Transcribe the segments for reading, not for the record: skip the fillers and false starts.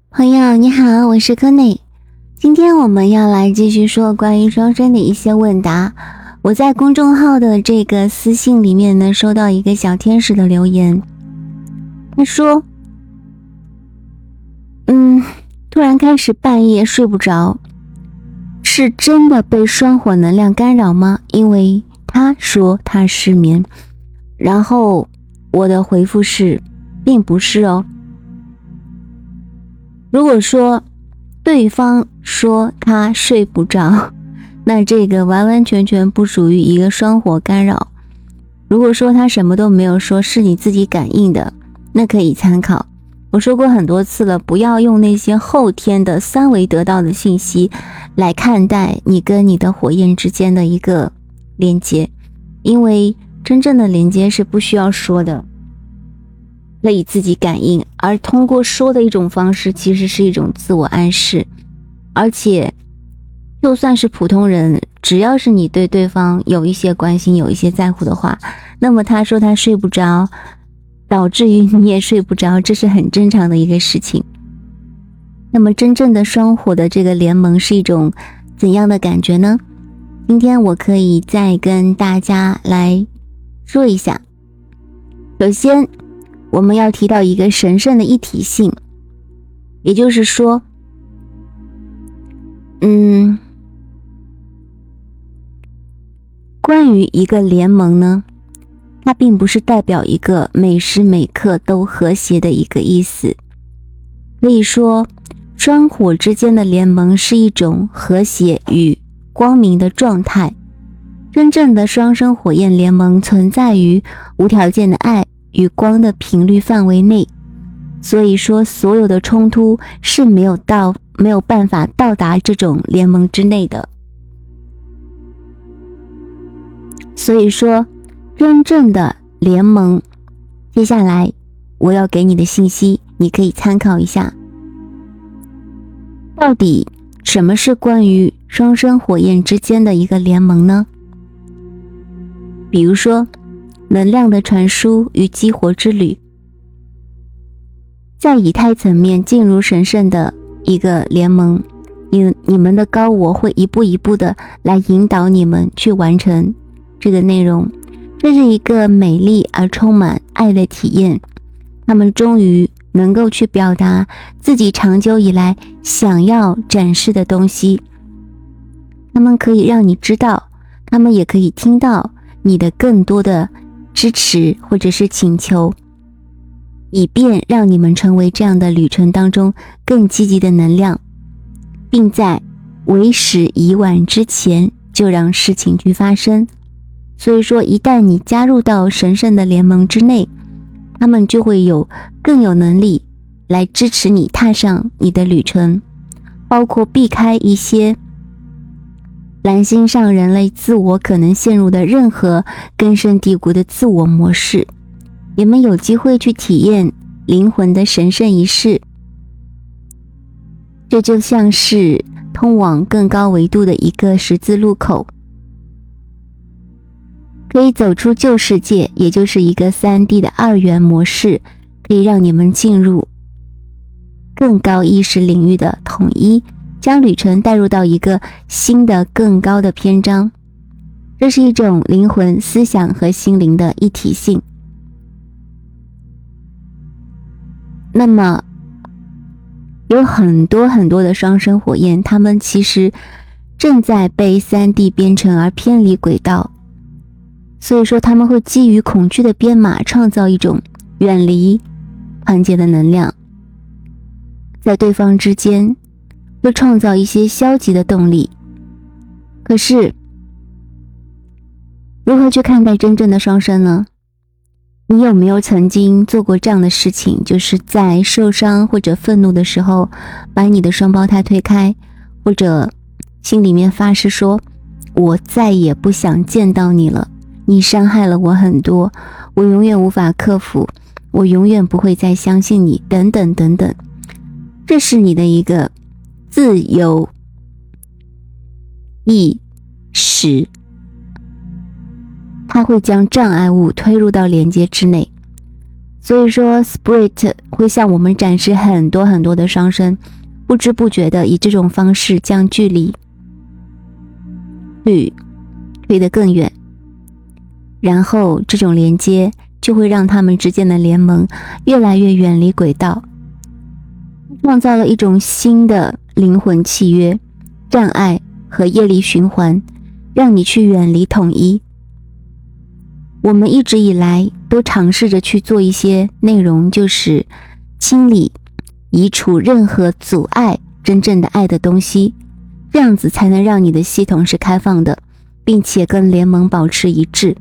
朋友你好，我是柯内。今天我们要来继续说关于双生的一些问答。我在公众号的这个私信里面呢，收到一个小天使的留言，他说突然开始半夜睡不着，是真的被双火能量干扰吗？因为他说他失眠，然后我的回复是并不是哦。如果说对方说他睡不着，那这个完完全全不属于一个双火干扰。如果说他什么都没有说，是你自己感应的，那可以参考。我说过很多次了，不要用那些后天的三维得到的信息来看待你跟你的火焰之间的一个连接，因为真正的连接是不需要说的，可以自己感应，而通过说的一种方式其实是一种自我暗示。而且就算是普通人，只要是你对对方有一些关心有一些在乎的话，那么他说他睡不着，导致于你也睡不着，这是很正常的一个事情。那么真正的双火的这个联盟是一种怎样的感觉呢？今天我可以再跟大家来说一下。首先我们要提到一个神圣的一体性，也就是说关于一个联盟呢，它并不是代表一个每时每刻都和谐的一个意思。可以说双火之间的联盟是一种和谐与光明的状态。真正的双生火焰联盟存在于无条件的爱与光的频率范围内，所以说所有的冲突是没有办法到达这种联盟之内的。所以说真正的联盟，接下来我要给你的信息你可以参考一下，到底什么是关于双生火焰之间的一个联盟呢？比如说能量的传输与激活之旅，在以太层面进入神圣的一个联盟，你们的高我会一步一步的来引导你们去完成这个内容。这是一个美丽而充满爱的体验，他们终于能够去表达自己长久以来想要展示的东西。他们可以让你知道，他们也可以听到你的更多的支持或者是请求，以便让你们成为这样的旅程当中更积极的能量，并在为时已晚之前就让事情去发生。所以说一旦你加入到神圣的联盟之内，他们就会更有能力来支持你踏上你的旅程，包括避开一些蓝星上人类自我可能陷入的任何根深蒂固的自我模式。你们有机会去体验灵魂的神圣仪式，这就像是通往更高维度的一个十字路口，可以走出旧世界，也就是一个 3D 的二元模式，可以让你们进入更高意识领域的统一，将旅程带入到一个新的更高的篇章。这是一种灵魂、思想和心灵的一体性。那么有很多很多的双生火焰，他们其实正在被 3D 编程而偏离轨道，所以说他们会基于恐惧的编码创造一种远离团结的能量，在对方之间会创造一些消极的动力。可是如何去看待真正的双生呢？你有没有曾经做过这样的事情，就是在受伤或者愤怒的时候把你的双胞胎推开，或者心里面发誓说我再也不想见到你了，你伤害了我很多，我永远无法克服，我永远不会再相信你，等等等等。这是你的一个自由意识，它会将障碍物推入到连接之内。 所以说 Spirit 会向我们展示很多很多的双生，不知不觉的以这种方式将距离推得更远，然后这种连接就会让他们之间的联盟越来越远离轨道，创造了一种新的灵魂契约、障碍和业力循环，让你去远离统一。我们一直以来都尝试着去做一些内容，就是清理、移除任何阻碍真正的爱的东西，这样子才能让你的系统是开放的，并且跟联盟保持一致。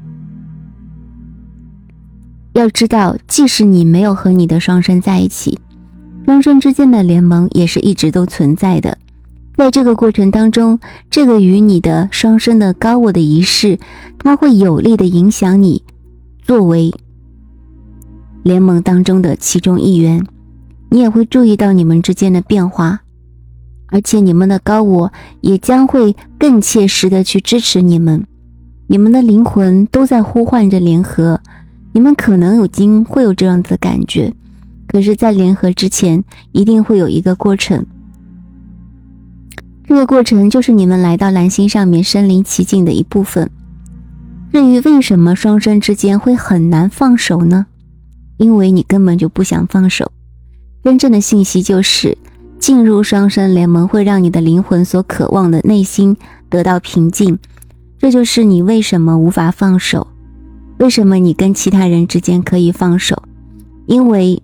要知道，即使你没有和你的双生在一起，双生之间的联盟也是一直都存在的。在这个过程当中，这个与你的双生的高我的仪式，它会有力的影响你作为联盟当中的其中一员，你也会注意到你们之间的变化，而且你们的高我也将会更切实的去支持你们，你们的灵魂都在呼唤着联合，你们可能已经会有这样子的感觉，可是在联合之前一定会有一个过程，这个过程就是你们来到蓝星上面身临其境的一部分。至于为什么双生之间会很难放手呢？因为你根本就不想放手。真正的信息就是进入双生联盟会让你的灵魂所渴望的内心得到平静，这就是你为什么无法放手，为什么你跟其他人之间可以放手，因为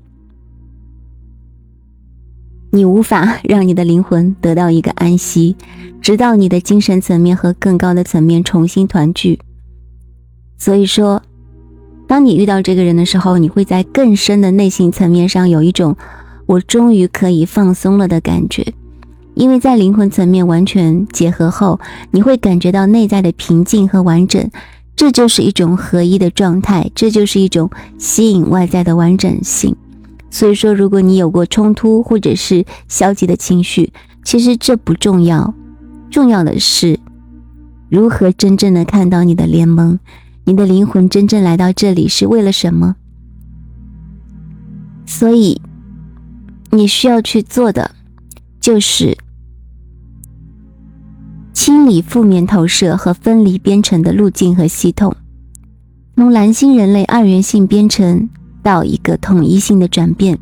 你无法让你的灵魂得到一个安息，直到你的精神层面和更高的层面重新团聚。所以说，当你遇到这个人的时候，你会在更深的内心层面上有一种我终于可以放松了的感觉，因为在灵魂层面完全结合后，你会感觉到内在的平静和完整，这就是一种合一的状态，这就是一种吸引外在的完整性。所以说，如果你有过冲突或者是消极的情绪，其实这不重要，重要的是如何真正的看到你的联盟，你的灵魂真正来到这里是为了什么。所以你需要去做的就是清理负面投射和分离编程的路径和系统，从蓝星人类二元性编程到一个统一性的转变，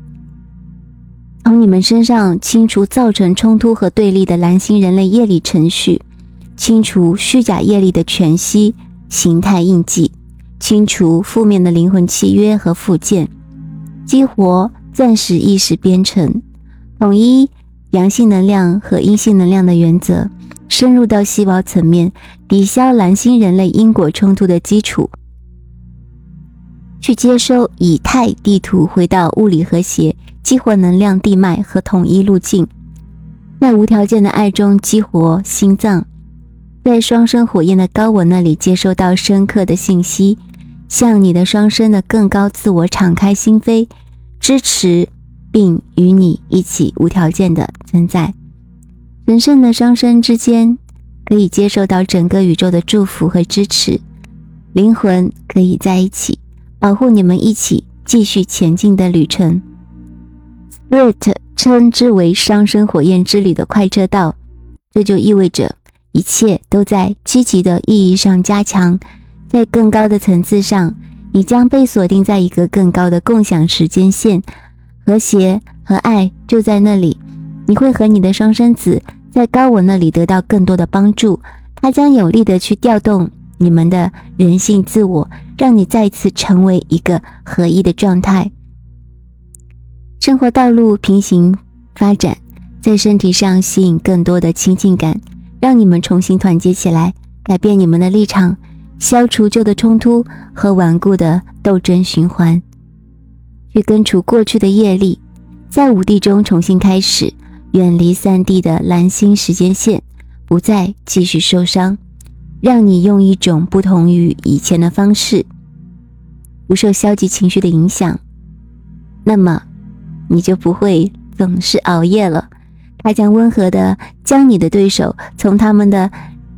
从你们身上清除造成冲突和对立的蓝星人类业力程序，清除虚假业力的全息形态印记，清除负面的灵魂契约和附件，激活暂时意识编程，统一阳性能量和阴性能量的原则，深入到细胞层面，抵消蓝星人类因果冲突的基础，去接收以太地图，回到物理和谐，激活能量地脉和统一路径，在无条件的爱中激活心脏，在双生火焰的高我那里接收到深刻的信息，向你的双生的更高自我敞开心扉，支持并与你一起无条件的存在。神圣的双生之间可以接受到整个宇宙的祝福和支持，灵魂可以在一起，保护你们一起继续前进的旅程。Spirit 称之为双生火焰之旅的快车道，这就意味着一切都在积极的意义上加强，在更高的层次上，你将被锁定在一个更高的共享时间线，和谐和爱就在那里。你会和你的双生子在高我那里得到更多的帮助，它将有力的去调动你们的人性自我，让你再次成为一个合一的状态。生活道路平行发展，在身体上吸引更多的亲近感，让你们重新团结起来，改变你们的立场，消除旧的冲突和顽固的斗争循环，去根除过去的业力，在5地中重新开始，远离3地的蓝星时间线，不再继续受伤，让你用一种不同于以前的方式，不受消极情绪的影响，那么你就不会总是熬夜了。它将温和地将你的对手从他们的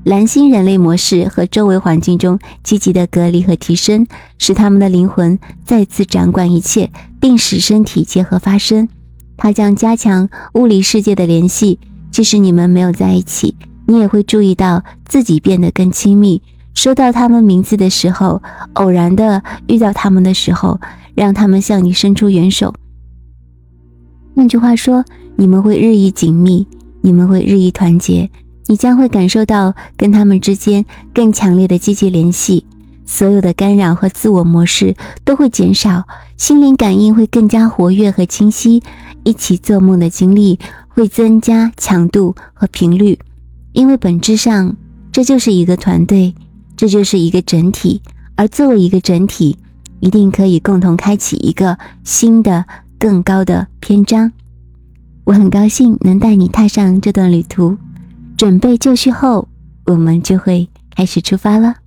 蓝星人类模式和周围环境中积极的隔离和提升，使他们的灵魂再次掌管一切，并使身体结合发生。它将加强物理世界的联系，即使你们没有在一起，你也会注意到自己变得更亲密。收到他们名字的时候，偶然的遇到他们的时候，让他们向你伸出援手。换句话说，你们会日益紧密，你们会日益团结，你将会感受到跟他们之间更强烈的积极联系，所有的干扰和自我模式都会减少，心灵感应会更加活跃和清晰，一起做梦的经历会增加强度和频率，因为本质上这就是一个团队，这就是一个整体，而作为一个整体，一定可以共同开启一个新的更高的篇章。我很高兴能带你踏上这段旅途，准备就绪后，我们就会开始出发了。